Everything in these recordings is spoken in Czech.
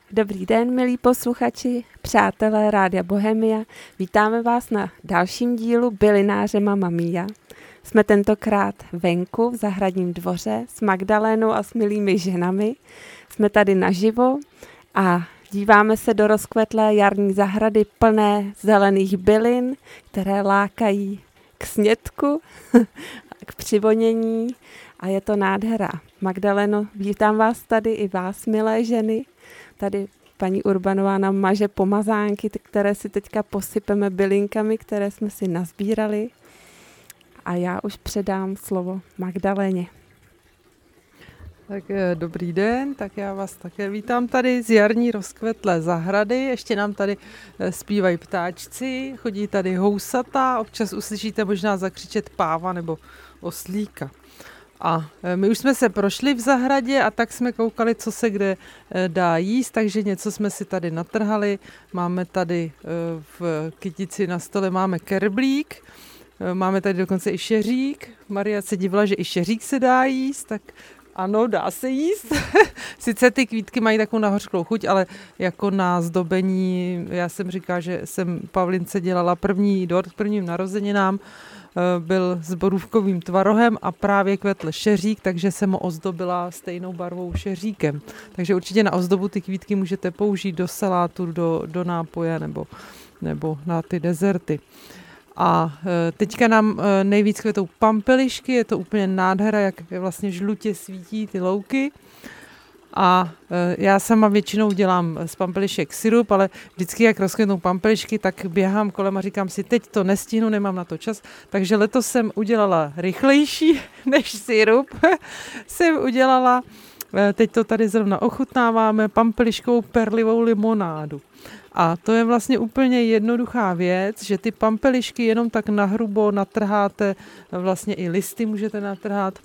Dobrý den, milí posluchači, přátelé Rádia Bohemia. Vítáme vás na dalším dílu Bylináře Mamma Mia. Jsme tentokrát venku v zahradním dvoře s Magdalénou a s milými ženami. Jsme tady naživo a díváme se do rozkvetlé jarní zahrady plné zelených bylin, které lákají k snědku, k přivonění a je to nádhera. Magdaleno, vítám vás tady i vás, milé ženy. Tady paní Urbanová nám maže pomazánky, které si teďka posypeme bylinkami, které jsme si nazbírali. A já už předám slovo Magdaléně. Tak dobrý den, tak já vás také vítám tady z jarní rozkvetlé zahrady. Ještě nám tady zpívají ptáčci, chodí tady housata, občas uslyšíte možná zakřičet páva nebo oslíka. A my už jsme se prošli v zahradě a tak jsme koukali, co se kde dá jíst, takže něco jsme si tady natrhali. Máme tady v kytici na stole máme kerblík, máme tady dokonce i šeřík. Maria se divila, že i šeřík se dá jíst, tak ano, dá se jíst. Sice ty kvítky mají takovou nahořklou chuť, ale jako na zdobení, já jsem říkala, že jsem Pavlince dělala první dort k prvním narozeninám, byl s borůvkovým tvarohem a právě kvetl šeřík, takže jsem ho ozdobila stejnou barvou šeříkem. Takže určitě na ozdobu ty kvítky můžete použít do salátu, do nápoje nebo na ty dezerty. A teďka nám nejvíc kvetou pampelišky, je to úplně nádhera, jak vlastně žlutě svítí ty louky. A já sama většinou dělám z pampelišek syrup, ale vždycky, jak rozkvětnou pampelišky, tak běhám kolem a říkám si, teď to nestihnu, nemám na to čas. Takže letos jsem udělala rychlejší než syrup. Jsem udělala, teď to tady zrovna ochutnáváme, pampeliškovou perlivou limonádu. A to je vlastně úplně jednoduchá věc, že ty pampelišky jenom tak nahrubo natrháte, vlastně i listy můžete natrhat.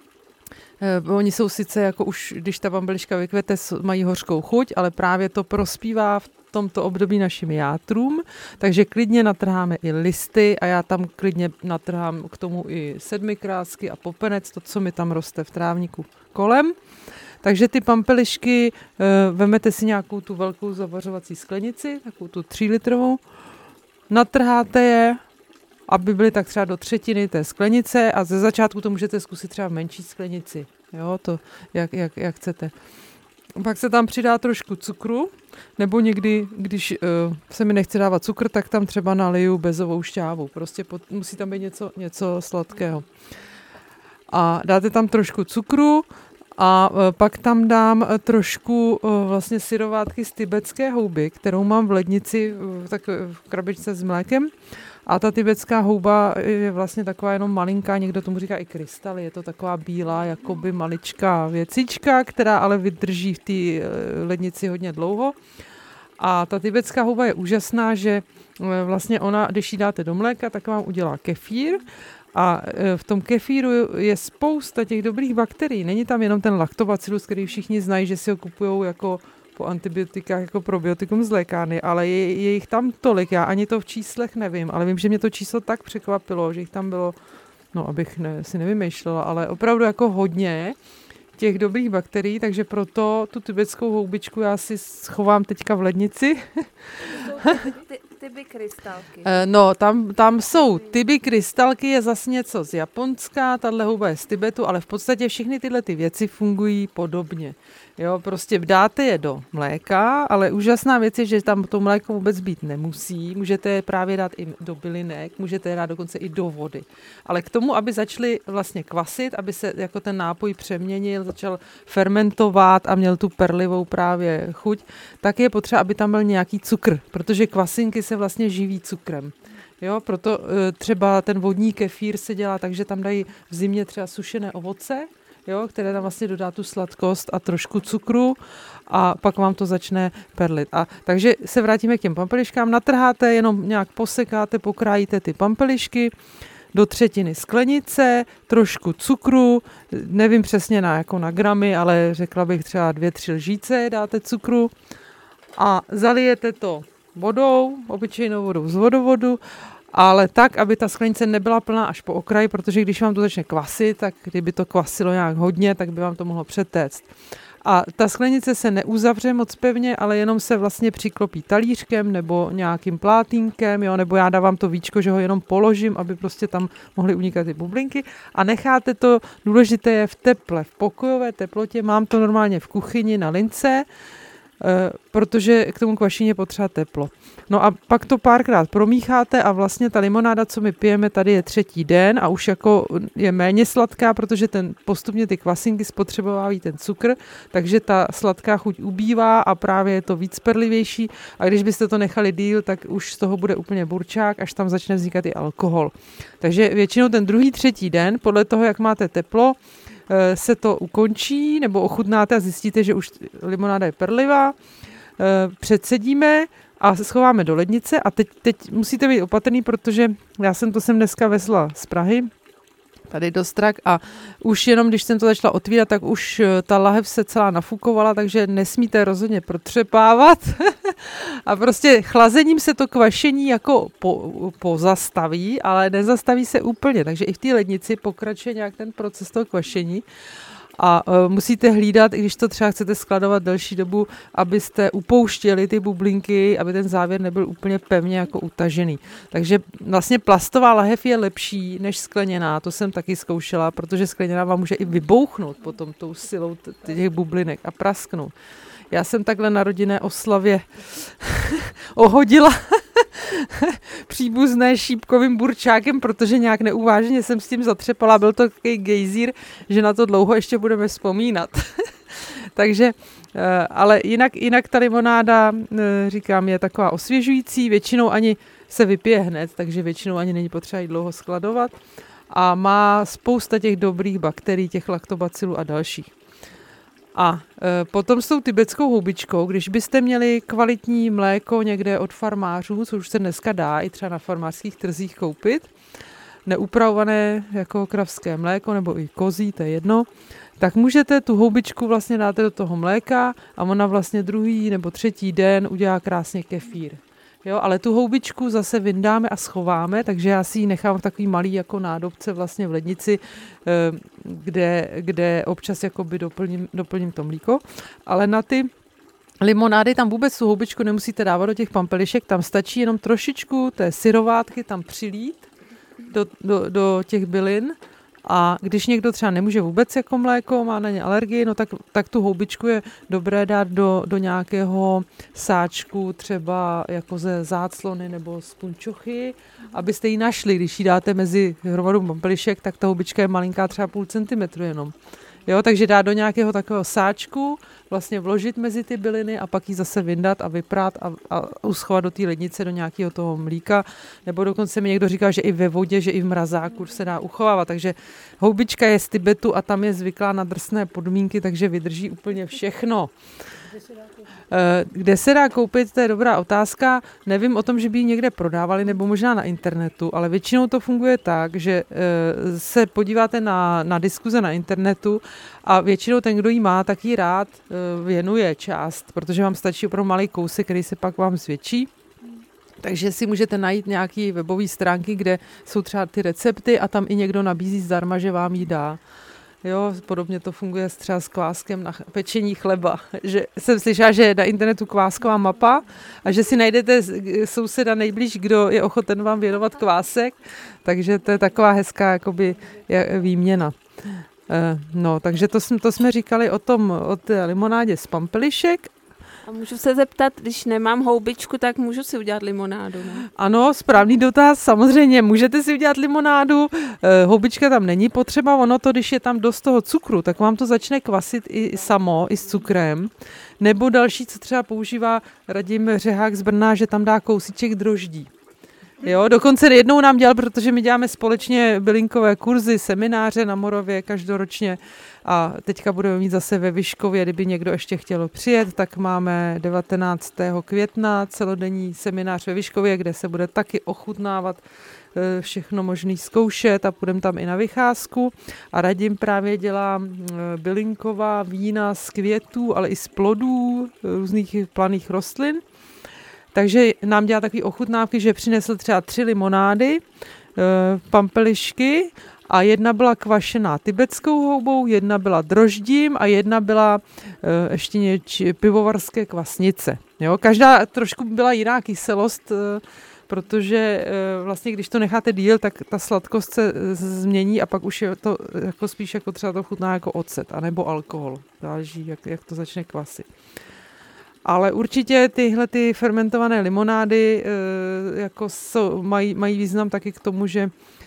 Oni jsou sice jako už, když ta pampeliška vykvete, mají hořkou chuť, ale právě to prospívá v tomto období našim játrům, takže klidně natrháme i listy a já tam klidně natrhám k tomu i sedmikrásky a popenec, to, co mi tam roste v trávníku kolem. Takže ty pampelišky, vemete si nějakou tu velkou zavařovací sklenici, takovou tu 3litrovou, natrháte je, aby byly tak třeba do třetiny té sklenice a ze začátku to můžete zkusit třeba v menší sklenici, jo, to jak chcete. Pak se tam přidá trošku cukru, nebo někdy, když se mi nechce dávat cukr, tak tam třeba naliju bezovou šťávu, prostě musí tam být něco sladkého. A dáte tam trošku cukru, a pak tam dám trošku vlastně syrovátky z tibetské houby, kterou mám v lednici v krabičce s mlékem. A ta tibetská houba je vlastně taková jenom malinká, někdo tomu říká i krystaly, je to taková bílá, jakoby maličká věcička, která ale vydrží v té lednici hodně dlouho. A ta tibetská houba je úžasná, že vlastně ona, když ji dáte do mléka, tak vám udělá kefír. A v tom kefíru je spousta těch dobrých bakterií. Není tam jenom ten lactobacillus, který všichni znají, že si ho kupujou jako po antibiotikách, jako probiotikum z lékárny, ale je jich tam tolik. Já ani to v číslech nevím, ale vím, že mě to číslo tak překvapilo, že jich tam bylo, no abych si nevymýšlela, ale opravdu jako hodně těch dobrých bakterií, takže proto tu tibetskou houbičku já si schovám teďka v lednici. Tyby krystalky. No, tam jsou tyby krystalky, je zase něco z Japonska, tahle houba je z Tibetu, ale v podstatě všechny tyhle ty věci fungují podobně. Jo, prostě dáte je do mléka, ale úžasná věc je, že tam to mléko vůbec být nemusí. Můžete je právě dát i do bylinek, můžete je dát dokonce i do vody. Ale k tomu, aby začaly vlastně kvasit, aby se jako ten nápoj přeměnil, začal fermentovat a měl tu perlivou právě chuť, tak je potřeba, aby tam byl nějaký cukr, protože kvasinky se vlastně živí cukrem. Jo, proto třeba ten vodní kefír se dělá tak, že tam dají v zimě třeba sušené ovoce, jo, které tam vlastně dodá tu sladkost a trošku cukru a pak vám to začne perlit. A takže se vrátíme k těm pampeliškám. Natrháte, jenom nějak posekáte, pokrájíte ty pampelišky do třetiny sklenice, trošku cukru, nevím přesně na gramy, ale řekla bych třeba 2-3 lžíce dáte cukru a zalijete to vodou, obyčejnou vodou z vodovodu, ale tak, aby ta sklenice nebyla plná až po okraj, protože když vám to začne kvasit, tak kdyby to kvasilo nějak hodně, tak by vám to mohlo přetéct. A ta sklenice se neuzavře moc pevně, ale jenom se vlastně přiklopí talířkem nebo nějakým plátínkem, jo, nebo já dávám to víčko, že ho jenom položím, aby prostě tam mohly unikat ty bublinky a necháte to, důležité je v teple, v pokojové teplotě, mám to normálně v kuchyni na lince, protože k tomu kvašení je potřeba teplo. No a pak to párkrát promícháte a vlastně ta limonáda, co my pijeme, tady je 3. den a už jako je méně sladká, protože postupně ty kvasinky spotřebovávají ten cukr, takže ta sladká chuť ubývá a právě je to víc perlivější a když byste to nechali díl, tak už z toho bude úplně burčák, až tam začne vznikat i alkohol. Takže většinou ten 2., 3. den, podle toho, jak máte teplo, se to ukončí, nebo ochutnáte a zjistíte, že už limonáda je perlivá, předsedíme a schováme do lednice a teď musíte být opatrný, protože já jsem to sem dneska vezla z Prahy, tady do Strak a už jenom, když jsem to začala otvírat, tak už ta lahev se celá nafukovala, takže nesmíte rozhodně protřepávat a prostě chlazením se to kvašení jako pozastaví, ale nezastaví se úplně, takže i v té lednici pokračuje nějak ten proces toho kvašení. A musíte hlídat, když to třeba chcete skladovat delší dobu, abyste upouštěli ty bublinky, aby ten závěr nebyl úplně pevně jako utažený. Takže vlastně plastová lahev je lepší než skleněná, to jsem taky zkoušela, protože skleněná vám může i vybouchnout potom tou silou těch bublinek a prasknout. Já jsem takhle na rodinné oslavě ohodila příbuzné šípkovým burčákem, protože nějak neuváženě jsem s tím zatřepala. Byl to takový gejzír, že na to dlouho ještě budeme vzpomínat. Takže, ale jinak ta limonáda, říkám, je taková osvěžující, většinou ani se vypije hned, takže většinou ani není potřeba ji dlouho skladovat a má spousta těch dobrých bakterií, těch laktobacilů a dalších. A potom s tou tibetskou houbičkou, když byste měli kvalitní mléko někde od farmářů, co už se dneska dá i třeba na farmářských trzích koupit, neupravované jako kravské mléko nebo i kozí, to je jedno, tak můžete tu houbičku vlastně dáte do toho mléka a ona vlastně 2. nebo 3. den udělá krásně kefír. Jo, ale tu houbičku zase vyndáme a schováme, takže já si ji nechám v takový malý jako nádobce vlastně v lednici, kde občas jakoby doplním to mlíko. Ale na ty limonády tam vůbec tu houbičku nemusíte dávat do těch pampelišek, tam stačí jenom trošičku té syrovátky tam přilít do těch bylin. A když někdo třeba nemůže vůbec jako mléko, má na ně alergii, no tak tu houbičku je dobré dát do nějakého sáčku, třeba jako ze záclony nebo z punčochy, abyste ji našli. Když ji dáte mezi hromadu pampelišek, tak ta houbička je malinká, třeba 0,5 centimetru jenom. Jo, takže dát do nějakého takového sáčku, vlastně vložit mezi ty byliny a pak ji zase vyndat a vyprát a uschovat do té lednice do nějakého toho mlíka. Nebo dokonce mi někdo říká, že i ve vodě, že i v mrazáku se dá uchovávat. Takže houbička je z Tibetu a tam je zvyklá na drsné podmínky, takže vydrží úplně všechno. Kde se dá koupit, to je dobrá otázka. Nevím o tom, že by ji někde prodávali, nebo možná na internetu, ale většinou to funguje tak, že se podíváte na diskuze na internetu a většinou ten, kdo ji má, tak ji rád věnuje část, protože vám stačí opravdu malý kousek, který se pak vám zvětší. Takže si můžete najít nějaké webové stránky, kde jsou třeba ty recepty a tam i někdo nabízí zdarma, že vám ji dá. Jo, podobně to funguje třeba s kváskem na pečení chleba. Že jsem slyšela, že je na internetu kvásková mapa a že si najdete souseda nejblíž, kdo je ochoten vám věnovat kvásek, takže to je taková hezká jakoby výměna. No, takže to jsme říkali o té limonádě z pampelišek. A můžu se zeptat, když nemám houbičku, tak můžu si udělat limonádu, ne? Ano, správný dotaz, samozřejmě, můžete si udělat limonádu, houbička tam není potřeba, ono to, když je tam dost toho cukru, tak vám to začne kvasit i samo, i s cukrem, nebo další, co třeba používá Radim Řehák z Brna, že tam dá kousíček droždí. Jo, dokonce jednou nám dělal, protože my děláme společně bylinkové kurzy, semináře na Moravě každoročně a teďka budeme mít zase ve Vyškově, kdyby někdo ještě chtěl přijet, tak máme 19. května celodenní seminář ve Vyškově, kde se bude taky ochutnávat všechno možný zkoušet a půjdeme tam i na vycházku. A Radim právě dělá bylinková vína z květů, ale i z plodů různých planých rostlin. Takže nám dělá takové ochutnávky, že přinesl třeba 3 limonády, pampelišky a jedna byla kvašená tibetskou houbou, jedna byla droždím a jedna byla ještě pivovarské kvasnice. Jo? Každá trošku byla jiná kyselost, protože vlastně když to necháte díl, tak ta sladkost se změní a pak už je to jako spíš jako třeba to chutná jako ocet, anebo alkohol. Záleží, jak to začne kvasit. Ale určitě tyhle ty fermentované limonády jako mají význam taky k tomu, že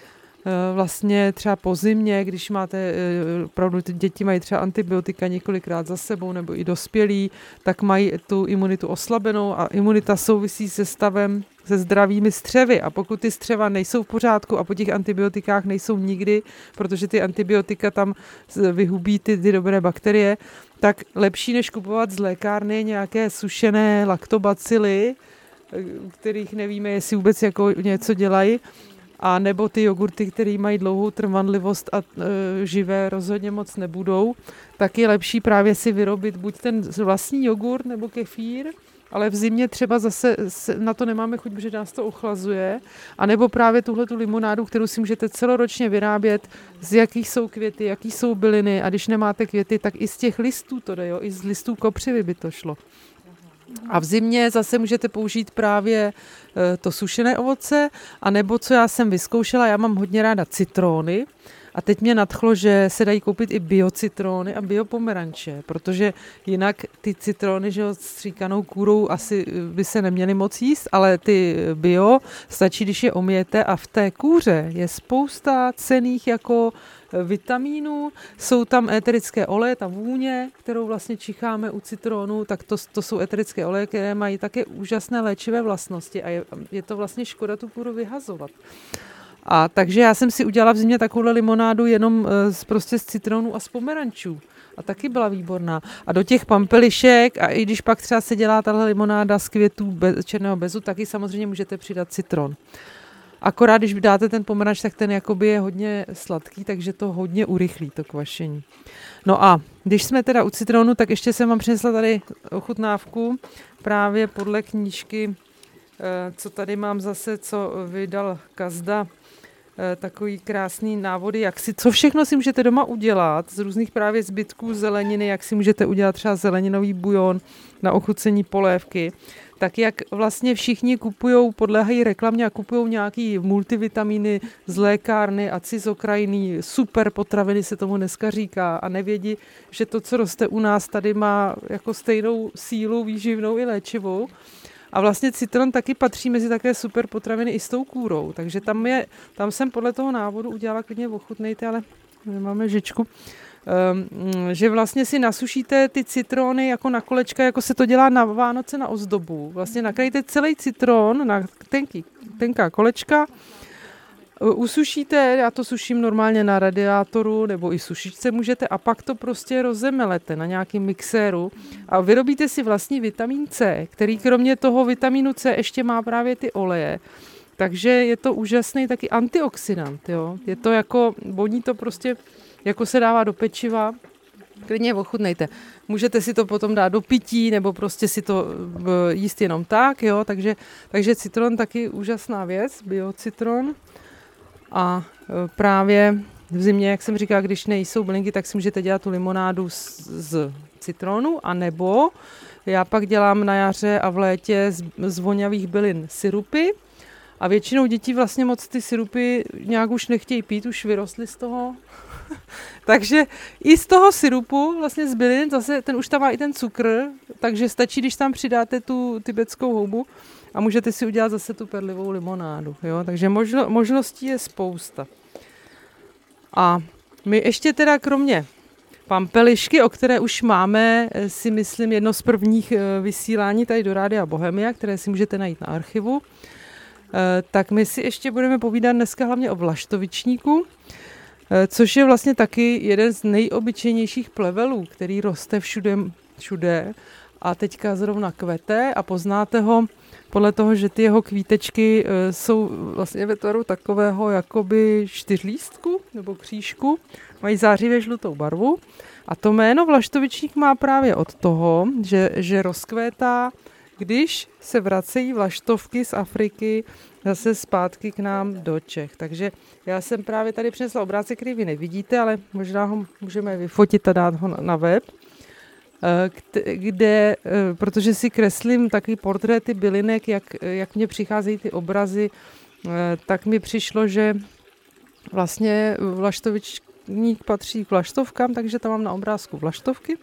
vlastně třeba po zimě, když máte, opravdu ty děti mají třeba antibiotika několikrát za sebou nebo i dospělí, tak mají tu imunitu oslabenou a imunita souvisí se stavem, se zdravými střevy. A pokud ty střeva nejsou v pořádku a po těch antibiotikách nejsou nikdy, protože ty antibiotika tam vyhubí ty dobré bakterie, tak lepší než kupovat z lékárny nějaké sušené laktobacily, u kterých nevíme, jestli vůbec jako něco dělají, a nebo ty jogurty, které mají dlouhou trvanlivost a živé rozhodně moc nebudou, tak je lepší právě si vyrobit buď ten vlastní jogurt nebo kefír, ale v zimě třeba zase na to nemáme chuť, protože nás to ochlazuje, a nebo právě tuhletu limonádu, kterou si můžete celoročně vyrábět, z jakých jsou květy, jaký jsou byliny, a když nemáte květy, tak i z těch listů to jde, jo? I z listů kopřivy by to šlo. A v zimě zase můžete použít právě to sušené ovoce, anebo co já jsem vyzkoušela, já mám hodně ráda citróny a teď mě nadchlo, že se dají koupit i biocitróny a biopomeranče, protože jinak ty citróny, že s stříkanou kůrou asi by se neměly moc jíst, ale ty bio stačí, když je omijete, a v té kůře je spousta cenných jako vitamínů, jsou tam eterické oleje, ta vůně, kterou vlastně čicháme u citrónu, tak to jsou eterické oleje, které mají také úžasné léčivé vlastnosti a je to vlastně škoda tu kůru vyhazovat. A takže já jsem si udělala v zimě takovouhle limonádu jenom prostě z citronů a z pomerančů. A taky byla výborná. A do těch pampelišek, a i když pak třeba se dělá tahle limonáda z květů černého bezu, taky samozřejmě můžete přidat citron. Akorát, když dáte ten pomeranč, tak ten jakoby je hodně sladký, takže to hodně urychlí to kvašení. No a když jsme teda u citronu, tak ještě jsem vám přinesla tady ochutnávku právě podle knížky, co tady mám zase, co vydal Kazda, takový krásný návody, co všechno si můžete doma udělat z různých právě zbytků zeleniny, jak si můžete udělat třeba zeleninový bujon na ochucení polévky. Tak jak vlastně všichni podléhají reklamě a kupujou nějaký multivitamíny z lékárny a cizokrajný super potraviny se tomu dneska říká a nevědí, že to, co roste u nás, tady má jako stejnou sílu výživnou i léčivou. A vlastně citron taky patří mezi také super potraviny i s tou kůrou. Takže tam jsem podle toho návodu udělala, klidně ochutnejte, ale nemáme žičku, že vlastně si nasušíte ty citrony jako na kolečka, jako se to dělá na Vánoce na ozdobu. Vlastně nakrajte celý citron na tenká kolečka, usušíte, já to suším normálně na radiátoru nebo i sušičce můžete, a pak to prostě rozemelete na nějakým mixéru a vyrobíte si vlastní vitamin C, který kromě toho vitamínu C ještě má právě ty oleje. Takže je to úžasný taky antioxidant, jo. Je to jako, voní to prostě, jako se dává do pečiva, klidně ochutnejte. Můžete si to potom dát do pití, nebo prostě si to jíst jenom tak, jo. Takže citron taky úžasná věc, biocitron. A právě v zimě, jak jsem říkala, když nejsou bylinky, tak si můžete dělat tu limonádu z citronu, anebo já pak dělám na jaře a v létě z voňavých bylin sirupy. A většinou děti vlastně moc ty sirupy nějak už nechtějí pít, už vyrostly z toho. Takže i z toho sirupu, vlastně z bylin, zase ten už tam má i ten cukr, takže stačí, když tam přidáte tu tibetskou houbu a můžete si udělat zase tu perlivou limonádu. Jo? Takže možností je spousta. A my ještě teda kromě pampelišky, o které už máme, si myslím, jedno z prvních vysílání tady do Rádia Bohemia, které si můžete najít na archivu, tak my si ještě budeme povídat dneska hlavně o vlaštovičníku, což je vlastně taky jeden z nejobyčejnějších plevelů, který roste všude a teďka zrovna kvete a poznáte ho podle toho, že ty jeho kvítečky jsou vlastně ve tvaru takového jakoby čtyřlístku nebo křížku, mají zářivě žlutou barvu a to jméno vlaštovičník má právě od toho, že rozkvétá když se vracejí vlaštovky z Afriky zase zpátky k nám do Čech. Takže já jsem právě tady přinesla obrázek, který vy nevidíte, ale možná ho můžeme vyfotit a dát ho na web, kde, protože si kreslím takový portréty bylinek, jak mně přicházejí ty obrazy, tak mi přišlo, že vlastně vlaštovičník patří k vlaštovkám, takže tam mám na obrázku vlaštovky.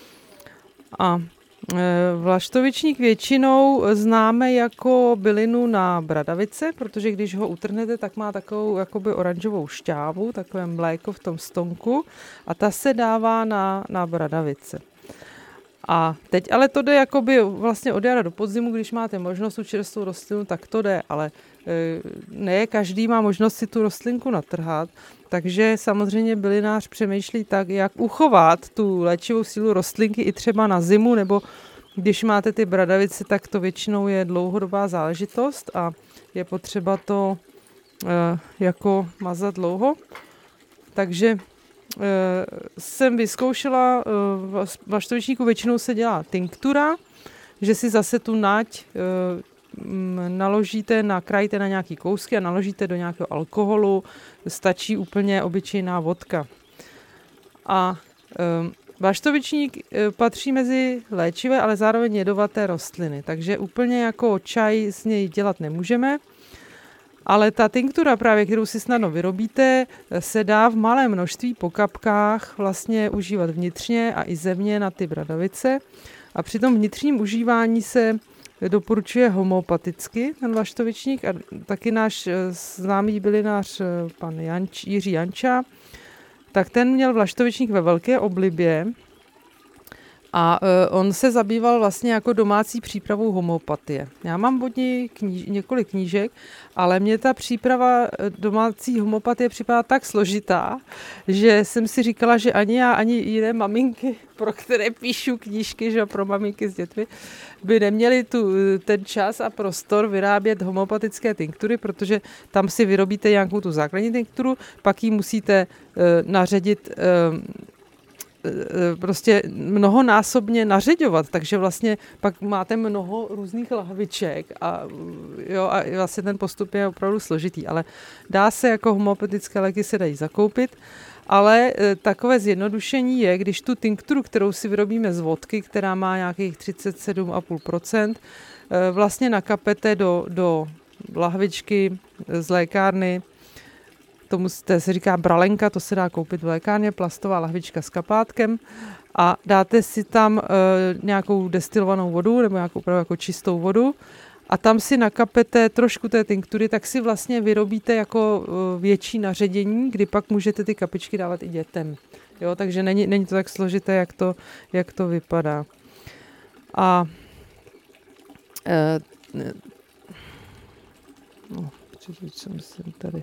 A vlaštovičník většinou známe jako bylinu na bradavice, protože když ho utrhnete, tak má takovou jakoby oranžovou šťávu, takové mléko v tom stonku a ta se dává na bradavice. A teď ale to jde jakoby vlastně od jara do podzimu, když máte možnost tu čerstvou rostlinu, tak to jde, ale ne každý má možnost si tu rostlinku natrhat, takže samozřejmě bylinář přemýšlí tak, jak uchovat tu léčivou sílu rostlinky i třeba na zimu, nebo když máte ty bradavice, tak to většinou je dlouhodobá záležitost a je potřeba to jako mazat dlouho. Takže jsem vyzkoušela, vlaštovičníku většinou se dělá tinktura, že si zase tu nať naložíte, nakrájíte na nějaký kousky a naložíte do nějakého alkoholu, stačí úplně obyčejná vodka. A vlaštovičník patří mezi léčivé, ale zároveň jedovaté rostliny, takže úplně jako čaj z něj dělat nemůžeme. Ale ta tinktura právě, kterou si snadno vyrobíte, se dá v malém množství po kapkách vlastně užívat vnitřně a i zevně na ty bradavice. A při tom vnitřním užívání se doporučuje homeopaticky ten vlaštovičník a taky náš známý bylinář pan Jiří Janča, tak ten měl vlaštovičník ve velké oblibě a on se zabýval vlastně jako domácí přípravou homeopatie. Já mám od něj několik knížek, ale mně ta příprava domácí homeopatie připadá tak složitá, že jsem si říkala, že ani já, ani jiné maminky, pro které píšu knížky, že pro maminky s dětmi, by neměly ten čas a prostor vyrábět homeopatické tinktury, protože tam si vyrobíte nějakou tu základní tinkturu, pak ji musíte naředit prostě mnohonásobně nařeďovat, takže vlastně pak máte mnoho různých lahviček a vlastně ten postup je opravdu složitý, ale dá se jako homeopatické léky se dají zakoupit, ale takové zjednodušení je, když tu tinkturu, kterou si vyrobíme z vodky, která má nějakých 37,5%, vlastně nakapete do lahvičky z lékárny. To se říká bralenka, to se dá koupit v lékárně, plastová lahvička s kapátkem a dáte si tam nějakou destilovanou vodu nebo nějakou opravdu jako čistou vodu a tam si nakapete trošku té tinktury, tak si vlastně vyrobíte jako větší naředění, kdy pak můžete ty kapičky dávat i dětem. Jo, takže není to tak složité, jak to vypadá. A jsem tady.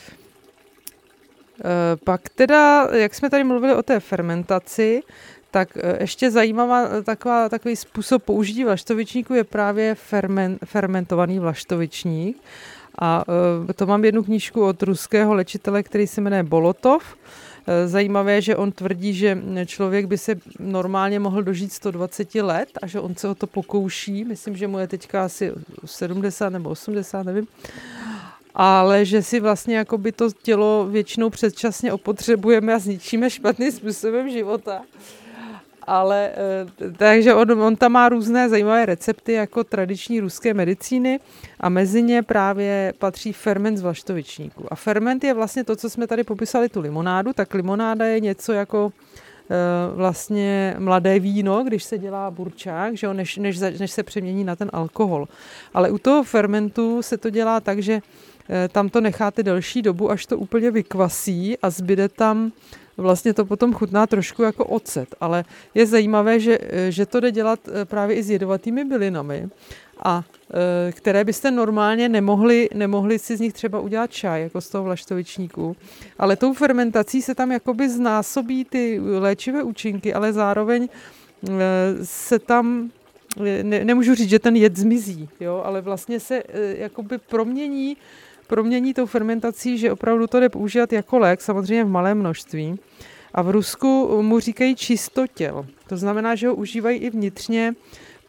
Pak teda, jak jsme tady mluvili o té fermentaci, tak ještě zajímavá takový způsob použití vlaštovičníku je právě fermentovaný vlaštovičník. A to mám jednu knížku od ruského léčitele, který se jmenuje Bolotov. Zajímavé je, že on tvrdí, že člověk by se normálně mohl dožít 120 let a že on se o to pokouší. Myslím, že mu je teďka asi 70 nebo 80, nevím. Ale že si vlastně jakoby to tělo většinou předčasně opotřebujeme a zničíme špatným způsobem života. Ale takže on tam má různé zajímavé recepty jako tradiční ruské medicíny a mezi ně právě patří ferment z vlaštovičníku. A ferment je vlastně to, co jsme tady popisali, tu limonádu, tak limonáda je něco jako vlastně mladé víno, když se dělá burčák, že než se přemění na ten alkohol. Ale u toho fermentu se to dělá tak, že tam to necháte delší dobu, až to úplně vykvasí a zbyde tam, vlastně to potom chutná trošku jako ocet, ale je zajímavé, že to jde dělat právě i s jedovatými bylinami, a které byste normálně nemohli si z nich třeba udělat čaj, jako z toho vlaštovičníku, ale tou fermentací se tam jakoby znásobí ty léčivé účinky, ale zároveň se tam nemůžu říct, že ten jed zmizí, jo, ale vlastně se jakoby promění tou fermentací, že opravdu to jde používat jako lék, samozřejmě v malém množství. A v Rusku mu říkají čistotěl. To znamená, že ho užívají i vnitřně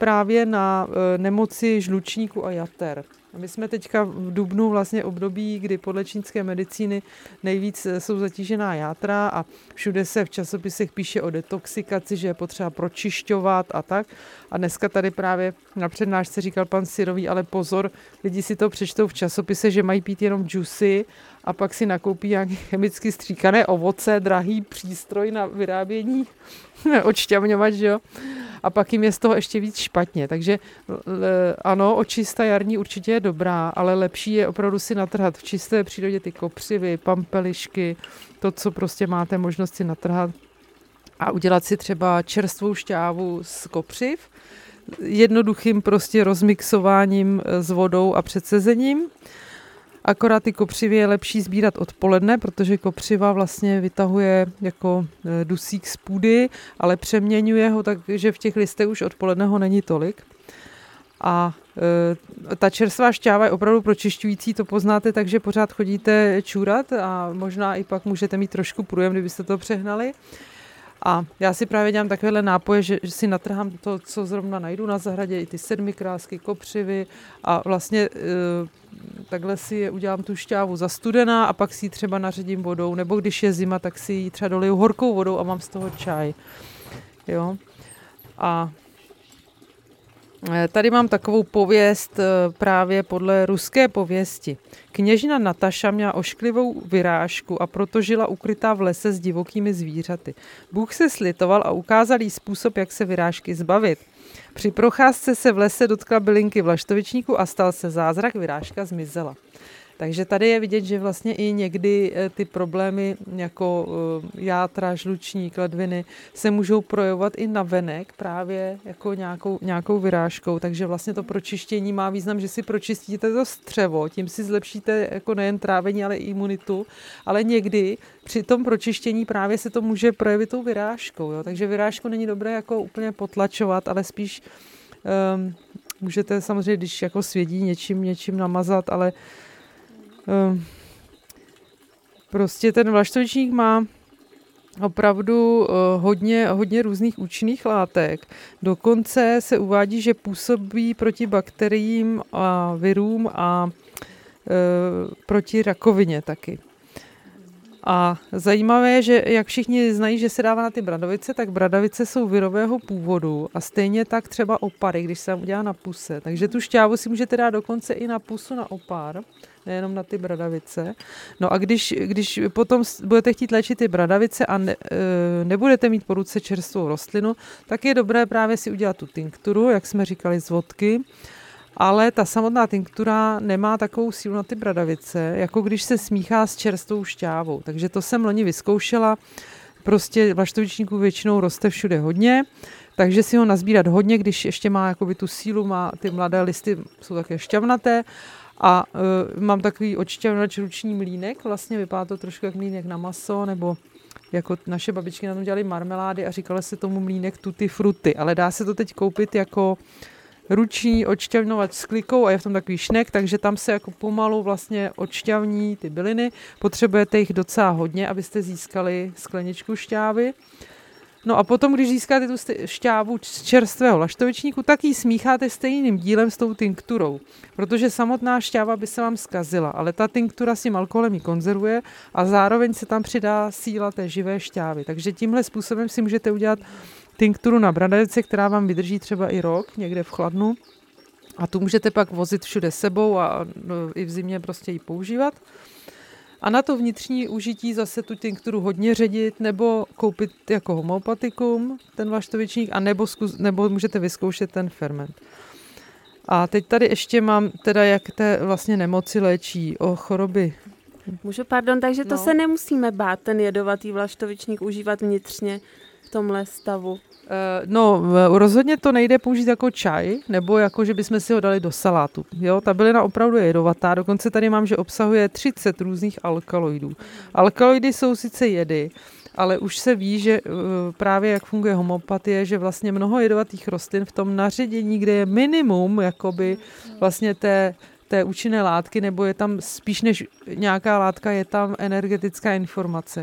právě na nemoci žlučníku a jater. My jsme teďka v dubnu vlastně období, kdy podle čínské medicíny nejvíc jsou zatížená játra a všude se v časopisech píše o detoxikaci, že je potřeba pročišťovat a tak. A dneska tady právě na přednášce říkal pan Syrový, ale pozor, lidi si to přečtou v časopise, že mají pít jenom džusy a pak si nakoupí nějaké chemicky stříkané ovoce, drahý přístroj na vyrábění odšťavňovač, jo. A pak jim je z toho ještě víc špatně. Takže ano, očista jarní určitě je dobrá, ale lepší je opravdu si natrhat v čisté přírodě ty kopřivy, pampelišky, to, co prostě máte možnost si natrhat a udělat si třeba čerstvou šťávu z kopřiv, jednoduchým prostě rozmixováním s vodou a předsezením. Akorát ty kopřivy je lepší sbírat odpoledne, protože kopřiva vlastně vytahuje jako dusík z půdy, ale přeměňuje ho tak, že v těch listech už odpoledne ho není tolik. A ta čerstvá šťáva je opravdu pročišťující, to poznáte, takže pořád chodíte čůrat a možná i pak můžete mít trošku průjem, kdybyste to přehnali. A já si právě dělám takovéhle nápoje, že si natrhám to, co zrovna najdu na zahradě, i ty sedmikrásky, kopřivy a vlastně takhle si je udělám tu šťávu zastudená a pak si ji třeba naředím vodou, nebo když je zima, tak si ji třeba doliju horkou vodou a mám z toho čaj. Jo. A tady mám takovou pověst právě podle ruské pověsti. Kněžna Nataša měla ošklivou vyrážku a proto žila ukrytá v lese s divokými zvířaty. Bůh se slitoval a ukázal jí způsob, jak se vyrážky zbavit. Při procházce se v lese dotkla bylinky vlaštovičníku a stal se zázrak, vyrážka zmizela. Takže tady je vidět, že vlastně i někdy ty problémy jako játra, žlučník, ledviny se můžou projevovat i navenek právě jako nějakou vyrážkou. Takže vlastně to pročištění má význam, že si pročistíte to střevo, tím si zlepšíte jako nejen trávení, ale i imunitu. Ale někdy při tom pročištění právě se to může projevit tou vyrážkou. Jo? Takže vyrážku není dobré jako úplně potlačovat, ale spíš můžete samozřejmě, když jako svědí něčím namazat, ale prostě ten vlaštovičník má opravdu hodně různých účinných látek. Dokonce se uvádí, že působí proti bakteriím a virům a proti rakovině taky. A zajímavé je, že jak všichni znají, že se dává na ty bradavice, tak bradavice jsou virového původu a stejně tak třeba opary, když se tam udělá na puse. Takže tu šťávu si můžete dát dokonce i na pusu, na opar, nejenom na ty bradavice. No a když potom budete chtít léčit ty bradavice a nebudete mít po ruce čerstvou rostlinu, tak je dobré právě si udělat tu tinkturu, jak jsme říkali, z vodky. Ale ta samotná tinktura nemá takovou sílu na ty bradavice, jako když se smíchá s čerstvou šťávou. Takže to jsem loni vyzkoušela. Prostě vlaštovičníků většinou roste všude hodně, takže si ho nazbírat hodně, když ještě má jakoby tu sílu, má ty mladé listy, jsou také šťavnaté. A mám takový odšťavnač ruční mlýnek, vlastně vypadá to trošku jak mlýnek na maso, nebo jako naše babičky na tom dělali marmelády a říkalo se tomu mlýnek tutti frutti, ale dá se to teď koupit jako ruční odšťavňovač s klikou a je v tom takový šnek, takže tam se jako pomalu vlastně odšťavní ty byliny. Potřebujete jich docela hodně, abyste získali skleničku šťávy. No a potom, když získáte tu šťávu z čerstvého laštovičníku, tak ji smícháte stejným dílem s tou tinkturou, protože samotná šťáva by se vám zkazila, ale ta tinktura s tím alkoholem ji konzervuje a zároveň se tam přidá síla té živé šťávy. Takže tímhle způsobem si můžete udělat tinkturu na bradavice, která vám vydrží třeba i rok někde v chladnu a tu můžete pak vozit všude sebou a i v zimě prostě ji používat. A na to vnitřní užití zase tu tinkturu hodně ředit nebo koupit jako homeopatikum, ten vlaštovičník, a nebo můžete vyzkoušet ten ferment. A teď tady ještě mám teda, jak té vlastně nemoci léčí o choroby. Takže to se nemusíme bát, ten jedovatý vlaštovičník užívat vnitřně v tomhle stavu. No, rozhodně to nejde použít jako čaj, nebo jako, že bychom si ho dali do salátu. Jo, ta bylina opravdu je jedovatá, dokonce tady mám, že obsahuje 30 různých alkaloidů. Alkaloidy jsou sice jedy, ale už se ví, že právě jak funguje homeopatie, že vlastně mnoho jedovatých rostlin v tom naředění, kde je minimum jakoby vlastně té účinné látky, nebo je tam spíš než nějaká látka, je tam energetická informace.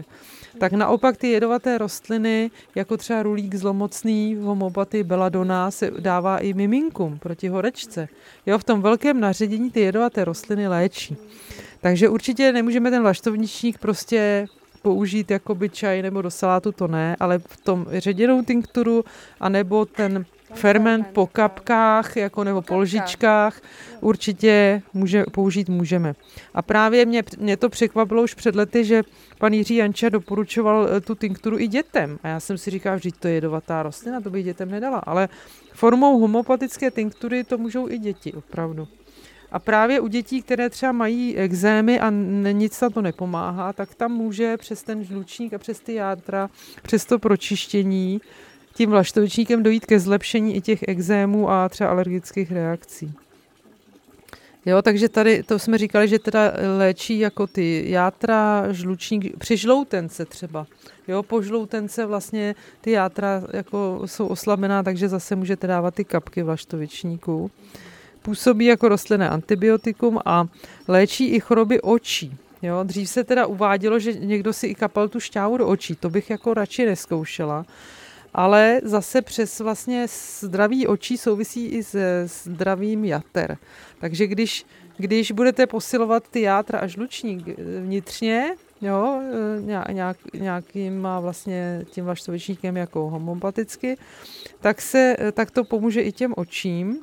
Tak naopak ty jedovaté rostliny, jako třeba rulík zlomocný v homeopatii belladonna, se dává i miminkům proti horečce. Jo, v tom velkém naředění ty jedovaté rostliny léčí. Takže určitě nemůžeme ten vlaštovničník prostě použít jako by čaj nebo do salátu, to ne, ale v tom ředěnou tinkturu, anebo ten ferment po kapkách jako nebo po lžičkách určitě použít můžeme. A právě mě to překvapilo už před lety, že pan Jiří Janča doporučoval tu tinkturu i dětem. A já jsem si říkal, že to je jedovatá rostlina, to bych dětem nedala. Ale formou homeopatické tinktury to můžou i děti, opravdu. A právě u dětí, které třeba mají ekzémy a nic na to nepomáhá, tak tam může přes ten žlučník a přes ty játra, přes to pročištění tím vlaštovičníkem dojít ke zlepšení i těch ekzémů a třeba alergických reakcí. Jo, takže tady to jsme říkali, že teda léčí jako ty játra, žlučník, při žloutence třeba. Jo, po žloutence vlastně ty játra jako jsou oslabená, takže zase můžete dávat ty kapky vlaštovičníků. Působí jako rostlinné antibiotikum a léčí i choroby očí. Jo, dřív se teda uvádělo, že někdo si i kapal tu šťávu do očí. To bych jako radši neskoušela. Ale zase přes vlastně zdraví očí souvisí i se zdravím jater. Takže když budete posilovat ty játra a žlučník vnitřně, jo, nějakým vlastně tím vlaštovičníkem jako homeopaticky, tak to pomůže i těm očím.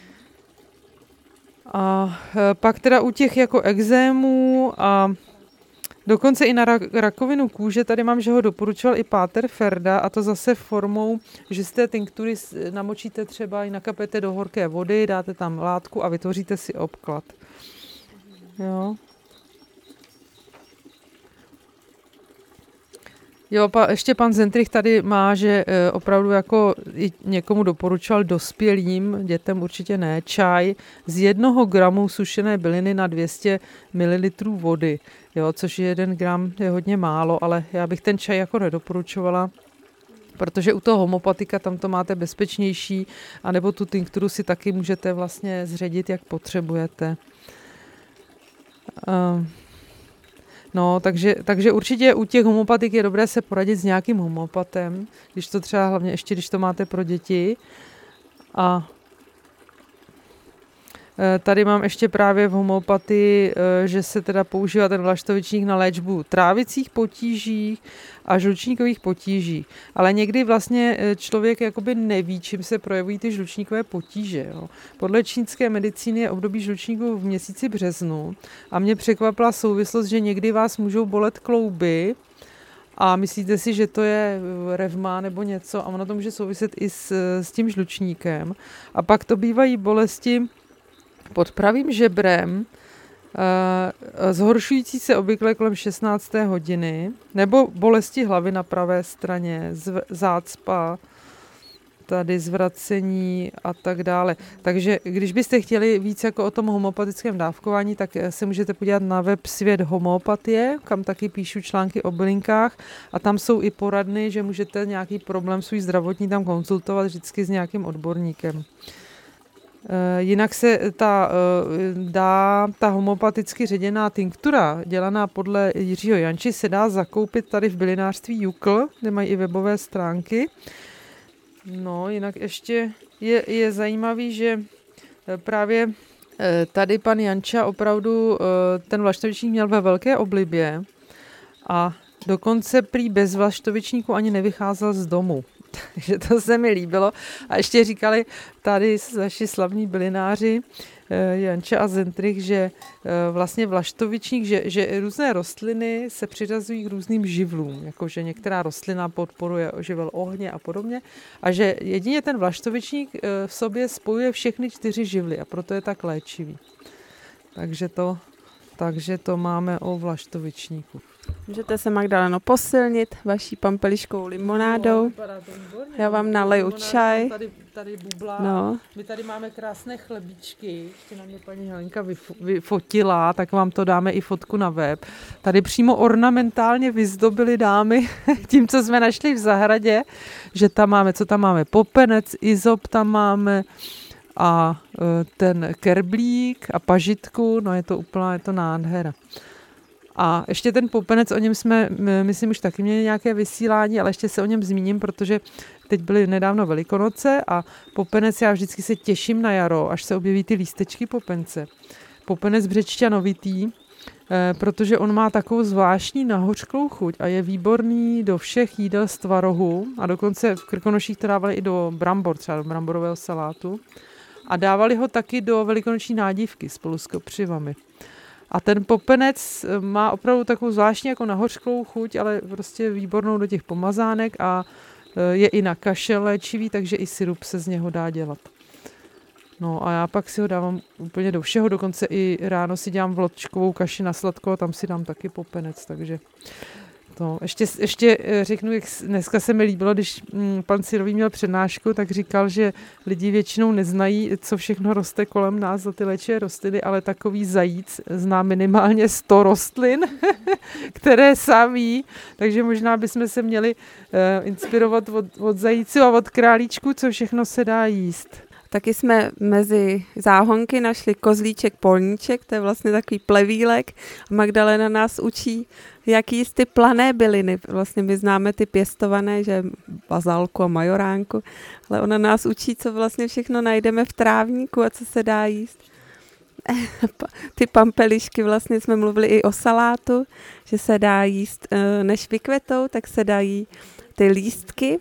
A pak teda u těch jako ekzémů a dokonce i na rakovinu kůže, tady mám, že ho doporučoval i páter Ferda, a to zase formou, že z té tinktury namočíte třeba i nakapete do horké vody, dáte tam látku a vytvoříte si obklad. Jo. Jo, ještě pan Zentrich tady má, že opravdu jako někomu doporučoval dospělým, dětem určitě ne, čaj z 1 gramu sušené byliny na 200 ml vody, jo, což je 1 gram je hodně málo, ale já bych ten čaj jako nedoporučovala, protože u toho homeopatika tam to máte bezpečnější, anebo tu tinkturu si taky můžete vlastně zředit, jak potřebujete. No, takže určitě u těch homeopatik je dobré se poradit s nějakým homeopatem, když to třeba hlavně ještě, když to máte pro děti. A tady mám ještě právě v homeopatii, že se teda používá ten vlaštovičník na léčbu trávicích potíží a žlučníkových potíží. Ale někdy vlastně člověk jakoby neví, čím se projevují ty žlučníkové potíže. Jo. Podle čínské medicíny je období žlučníků v měsíci březnu a mě překvapila souvislost, že někdy vás můžou bolet klouby a myslíte si, že to je revma nebo něco a ono to může souviset i s tím žlučníkem. A pak to bývají bolesti pod pravým žebrem, zhoršující se obvykle kolem 16. hodiny, nebo bolesti hlavy na pravé straně, zácpa, tady zvracení a tak dále. Takže když byste chtěli víc jako o tom homeopatickém dávkování, tak se můžete podívat na web Svět homeopatie, kam taky píšu články o bylinkách a tam jsou i poradny, že můžete nějaký problém svůj zdravotní tam konzultovat vždycky s nějakým odborníkem. Jinak se dá ta homeopaticky ředěná tinktura, dělaná podle Jiřího Janči, se dá zakoupit tady v bylinářství Jukl, kde mají i webové stránky. No, jinak ještě je zajímavý, že právě tady pan Janča opravdu ten vlaštovičník měl ve velké oblibě a dokonce prý bez vlaštovičníku ani nevycházel z domu. Takže to se mi líbilo. A ještě říkali tady naši slavní bylináři Janča a Zentrich, že vlastně vlaštovičník, že různé rostliny se přiřazují k různým živlům, jakože některá rostlina podporuje živel ohně a podobně, a že jedině ten vlaštovičník v sobě spojuje všechny 4 živly a proto je tak léčivý. Takže to máme o vlaštovičníku. Můžete se, Magdaleno, posilnit vaší pampeliškou limonádou. Já vám naleju čaj. Tady bublá. No. My tady máme krásné chlebíčky. Ještě nám je paní Helenka vyfotila, tak vám to dáme i fotku na web. Tady přímo ornamentálně vyzdobily dámy tím, co jsme našli v zahradě, že tam máme, co tam máme? Popenec, izop tam máme a ten kerblík a pažitku, no je to nádhera. A ještě ten popenec, o něm jsme, myslím, už taky měli nějaké vysílání, ale ještě se o něm zmíním, protože teď byly nedávno Velikonoce a popenec, já vždycky se těším na jaro, až se objeví ty lístečky popence. Popenec břečťanovitý, protože on má takovou zvláštní nahořklou chuť a je výborný do všech jídel z tvarohu a dokonce v Krkonoších to dávali i do brambor, třeba do bramborového salátu a dávali ho taky do velikonoční nádívky spolu s kopřivami. A ten popenec má opravdu takovou zvláštní jako nahořklou chuť, ale prostě výbornou do těch pomazánek a je i na kašel léčivý, takže i sirup se z něho dá dělat. No a já pak si ho dávám úplně do všeho, dokonce i ráno si dělám vločkovou kaši na sladko a tam si dám taky popenec, takže to. Ještě řeknu, jak dneska se mi líbilo, když pan Sirový měl přednášku, tak říkal, že lidi většinou neznají, co všechno roste kolem nás za ty léčivé rostliny, ale takový zajíc zná minimálně 100 rostlin, které sám jí, takže možná bychom se měli inspirovat od zajíců a od králíčků, co všechno se dá jíst. Taky jsme mezi záhonky našli kozlíček polníček, to je vlastně takový plevílek. Magdalena nás učí, jak jíst ty plané byliny. Vlastně my známe ty pěstované, že bazálku a majoránku, ale ona nás učí, co vlastně všechno najdeme v trávníku a co se dá jíst. Ty pampelišky, vlastně jsme mluvili i o salátu, že se dá jíst, než vykvetou, tak se dají ty lístky,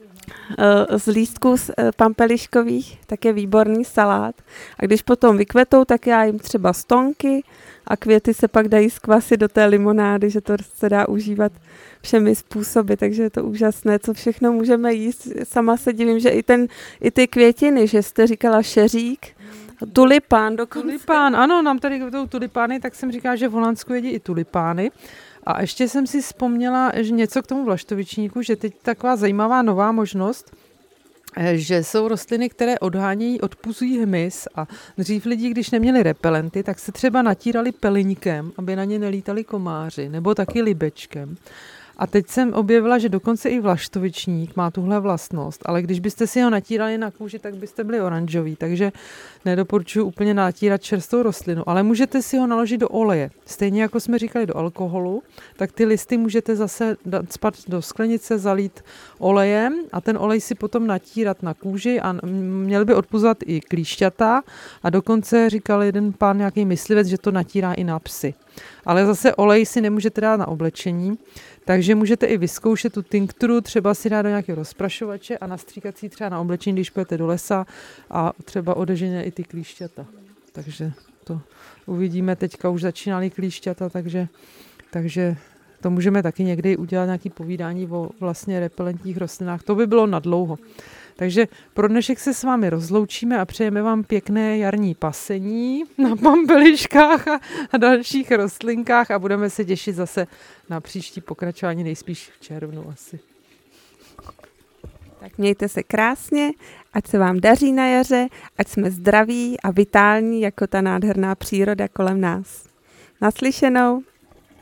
z lístků pampeliškových, tak je výborný salát. A když potom vykvetou, tak já jim třeba stonky a květy se pak dají zkvasit do té limonády, že to se dá užívat všemi způsoby, takže je to úžasné, co všechno můžeme jíst. Sama se divím, že i ty květiny, že jste říkala šeřík, tulipán dokonce. Tulipán, ano, nám tady jdou tulipány, tak jsem říkala, že v Holandsku jedí i tulipány. A ještě jsem si vzpomněla, že něco k tomu vlaštovičníku, že teď taková zajímavá nová možnost, že jsou rostliny, které odpuzují hmyz a dřív lidi, když neměli repelenty, tak se třeba natírali peliňkem, aby na ně nelítali komáři, nebo taky libečkem. A teď jsem objevila, že dokonce i vlaštovičník má tuhle vlastnost, ale když byste si ho natírali na kůži, tak byste byli oranžoví, takže nedoporučuji úplně natírat čerstvou rostlinu, ale můžete si ho naložit do oleje. Stejně jako jsme říkali do alkoholu, tak ty listy můžete zase cpat do sklenice, zalít olejem a ten olej si potom natírat na kůži a měl by odpuzovat i klíšťata a dokonce říkal jeden pán, nějaký myslivec, že to natírá i na psy. Ale zase olej si nemůžete dát na oblečení, takže můžete i vyzkoušet tu tinkturu, třeba si dát do nějakého rozprašovače a nastříkat si třeba na oblečení, když půjdete do lesa a třeba odeženě i ty klíšťata. Takže to uvidíme, teďka už začínaly klíšťata, takže to můžeme taky někdy udělat nějaké povídání o vlastně repelentních rostlinách. To by bylo nadlouho. Takže pro dnešek se s vámi rozloučíme a přejeme vám pěkné jarní pasení na pampeliškách a dalších rostlinkách a budeme se těšit zase na příští pokračování, nejspíš v červnu asi. Tak mějte se krásně, ať se vám daří na jaře, ať jsme zdraví a vitální jako ta nádherná příroda kolem nás. Naslyšenou.